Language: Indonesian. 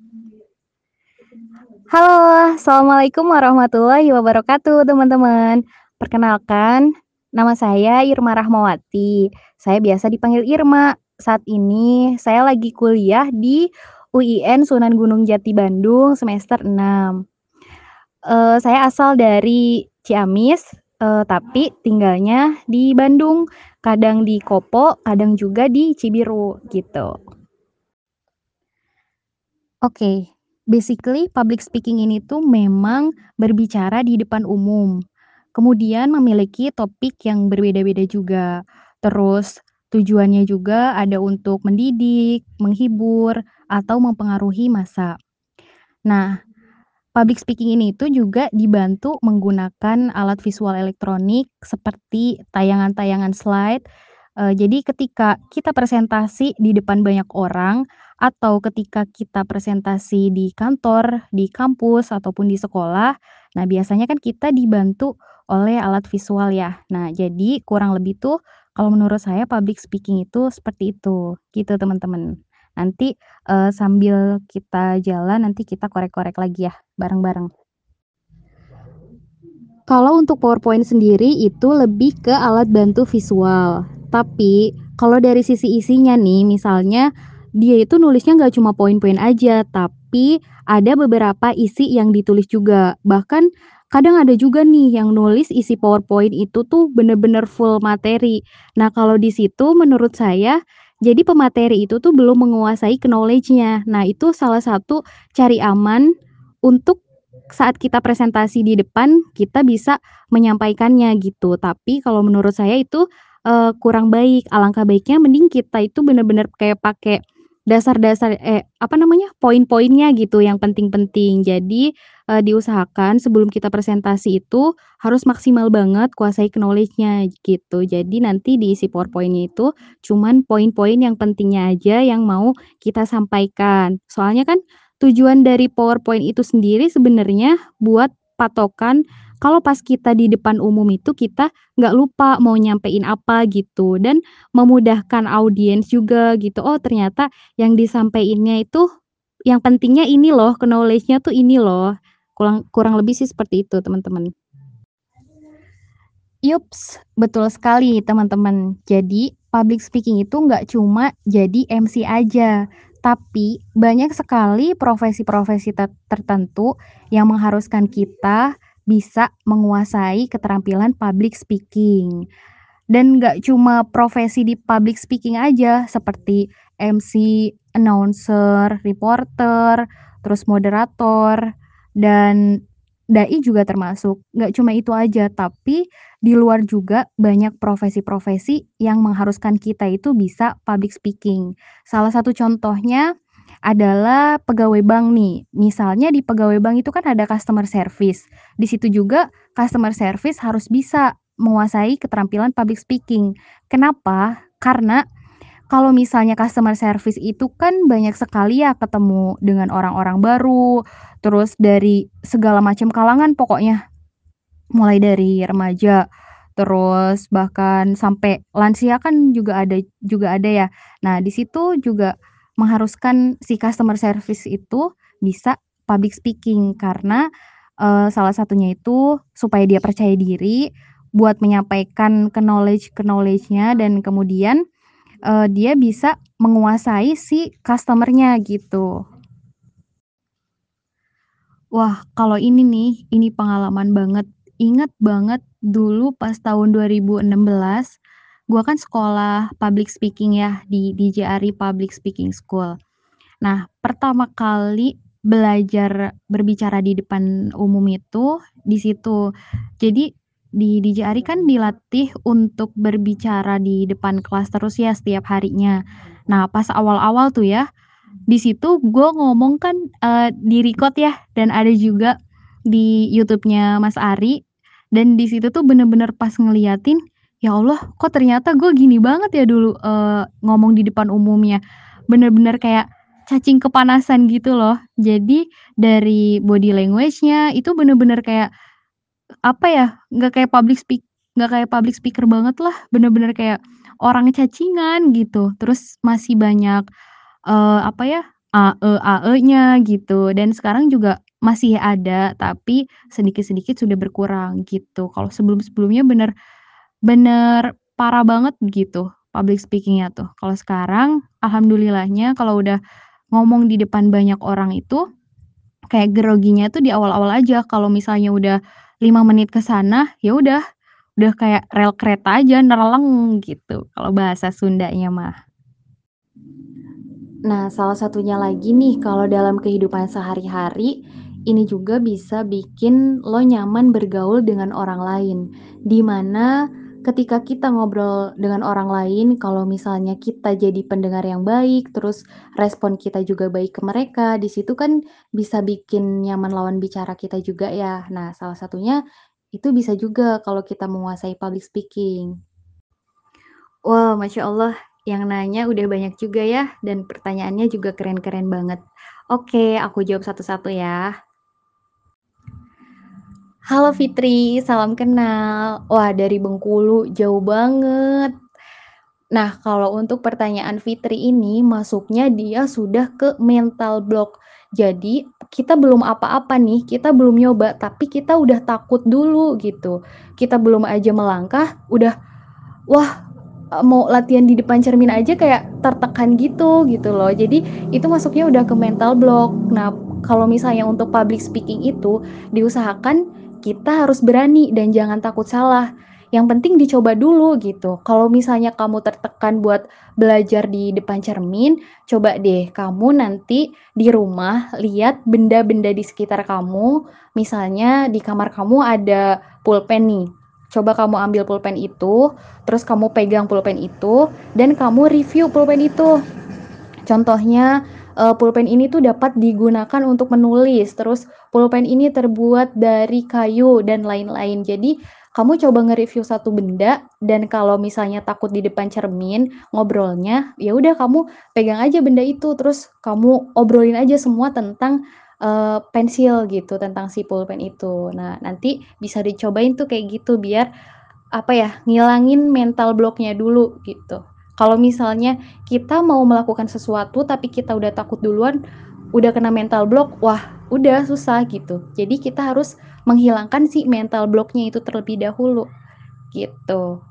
Halo, assalamualaikum warahmatullahi wabarakatuh, teman-teman. Perkenalkan, nama saya Irma Rahmawati. Saya biasa dipanggil Irma. Saat ini saya lagi kuliah di UIN Sunan Gunung Jati Bandung semester 6. Saya asal dari Ciamis, tapi tinggalnya di Bandung, kadang di Kopo, kadang juga di Cibiru, gitu. Oke, basically public speaking ini tuh memang berbicara di depan umum, kemudian memiliki topik yang berbeda-beda juga. Terus tujuannya juga ada untuk mendidik, menghibur, atau mempengaruhi massa. Nah, public speaking ini itu juga dibantu menggunakan alat visual elektronik seperti tayangan-tayangan slide. Jadi ketika kita presentasi di depan banyak orang atau ketika kita presentasi di kantor, di kampus, ataupun di sekolah, nah biasanya kan kita dibantu oleh alat visual ya. Nah, jadi kurang lebih tuh kalau menurut saya public speaking itu seperti itu, gitu teman-teman. Nanti, sambil kita jalan nanti kita korek-korek lagi ya bareng-bareng. Kalau untuk PowerPoint sendiri itu lebih ke alat bantu visual. Tapi kalau dari sisi isinya nih, misalnya dia itu nulisnya nggak cuma poin-poin aja, tapi ada beberapa isi yang ditulis juga. Bahkan kadang ada juga nih yang nulis isi PowerPoint itu tuh bener-bener full materi. Nah, kalau di situ menurut saya, jadi pemateri itu tuh belum menguasai knowledge-nya. Nah, itu salah satu cari aman untuk saat kita presentasi di depan, kita bisa menyampaikannya gitu. Tapi kalau menurut saya itu, kurang baik. Alangkah baiknya mending kita itu bener-bener kayak pakai dasar-dasar apa namanya, poin-poinnya gitu yang penting-penting. Jadi, diusahakan sebelum kita presentasi itu harus maksimal banget kuasai knowledge-nya gitu. Jadi nanti diisi PowerPoint-nya itu cuman poin-poin yang pentingnya aja yang mau kita sampaikan. Soalnya kan tujuan dari PowerPoint itu sendiri sebenarnya buat patokan kalau pas kita di depan umum itu kita nggak lupa mau nyampein apa gitu dan memudahkan audiens juga gitu, "Oh ternyata yang disampaiinnya itu yang pentingnya ini loh, knowledge-nya tuh ini loh." Kurang kurang lebih sih seperti itu teman-teman. Yups, betul sekali teman-teman. Jadi, public speaking itu nggak cuma jadi MC aja, tapi banyak sekali profesi-profesi tertentu yang mengharuskan kita bisa menguasai keterampilan public speaking. Dan nggak cuma profesi di public speaking aja, seperti MC, announcer, reporter, terus moderator, dan dai juga termasuk. Nggak cuma itu aja, tapi di luar juga banyak profesi-profesi yang mengharuskan kita itu bisa public speaking. Salah satu contohnya adalah pegawai bank nih. Misalnya di pegawai bank itu kan ada customer service. Di situ juga customer service harus bisa menguasai keterampilan public speaking. Kenapa? Karena kalau misalnya customer service itu kan banyak sekali ya ketemu dengan orang-orang baru, terus dari segala macam kalangan pokoknya. Mulai dari remaja, terus bahkan sampai lansia kan juga ada ya. Nah, di situ juga mengharuskan si customer service itu bisa public speaking karena, salah satunya itu supaya dia percaya diri buat menyampaikan knowledge-nya dan kemudian, dia bisa menguasai si customer-nya gitu. Wah, kalau ini nih, ini pengalaman banget. Ingat banget dulu pas tahun 2016, gua kan sekolah public speaking ya di JARI Public Speaking School. Nah, pertama kali belajar berbicara di depan umum itu di situ. Jadi di JARI kan dilatih untuk berbicara di depan kelas terus ya setiap harinya. Nah, pas awal-awal tuh ya di situ gue ngomong kan, di-record ya dan ada juga di YouTube-nya Mas Ari, dan di situ tuh bener-bener pas ngeliatin, ya Allah kok ternyata gue gini banget ya dulu, ngomong di depan umumnya. Bener-bener kayak cacing kepanasan gitu loh. Jadi dari body language-nya itu bener-bener kayak, apa ya, nggak kayak public speaker banget lah, bener-bener kayak orang cacingan gitu. Terus masih banyak apa ya, AE-AE-nya gitu, dan sekarang juga masih ada, tapi sedikit-sedikit sudah berkurang gitu. Kalau sebelum-sebelumnya bener parah banget gitu public speaking-nya tuh. Kalau sekarang alhamdulillahnya kalau udah ngomong di depan banyak orang itu, kayak groginya tuh di awal-awal aja, kalau misalnya udah 5 menit ke sana, ya udah kayak rel kereta aja nereleng gitu, kalau bahasa Sundanya mah. Nah, salah satunya lagi nih, kalau dalam kehidupan sehari-hari, ini juga bisa bikin lo nyaman bergaul dengan orang lain. Di mana ketika kita ngobrol dengan orang lain, kalau misalnya kita jadi pendengar yang baik, terus respon kita juga baik ke mereka, di situ kan bisa bikin nyaman lawan bicara kita juga ya. Nah, salah satunya itu bisa juga kalau kita menguasai public speaking. Wah, Masya Allah, yang nanya udah banyak juga ya, dan pertanyaannya juga keren-keren banget. Oke, aku jawab satu-satu ya. Halo Fitri, salam kenal. Wah, dari Bengkulu, jauh banget. Nah, kalau untuk pertanyaan Fitri ini, masuknya dia sudah ke mental block. Jadi, kita belum apa-apa nih, kita belum nyoba, tapi kita udah takut dulu gitu. Kita belum aja melangkah, udah, wah, mau latihan di depan cermin aja kayak tertekan gitu loh. Jadi itu masuknya udah ke mental block. Nah, kalau misalnya untuk public speaking itu diusahakan kita harus berani dan jangan takut salah. Yang penting dicoba dulu gitu. Kalau misalnya kamu tertekan buat belajar di depan cermin, coba deh kamu nanti di rumah lihat benda-benda di sekitar kamu. Misalnya di kamar kamu ada pulpen nih. Coba kamu ambil pulpen itu, terus kamu pegang pulpen itu dan kamu review pulpen itu. Contohnya, pulpen ini tuh dapat digunakan untuk menulis, terus pulpen ini terbuat dari kayu dan lain-lain. Jadi, kamu coba nge-review satu benda dan kalau misalnya takut di depan cermin ngobrolnya, ya udah kamu pegang aja benda itu, terus kamu obrolin aja semua tentang, pensil gitu, tentang si pulpen itu. Nah, nanti bisa dicobain tuh kayak gitu biar apa ya, ngilangin mental block-nya dulu gitu. Kalau misalnya kita mau melakukan sesuatu tapi kita udah takut duluan, udah kena mental block, wah udah susah gitu. Jadi kita harus menghilangkan si mental block-nya itu terlebih dahulu gitu.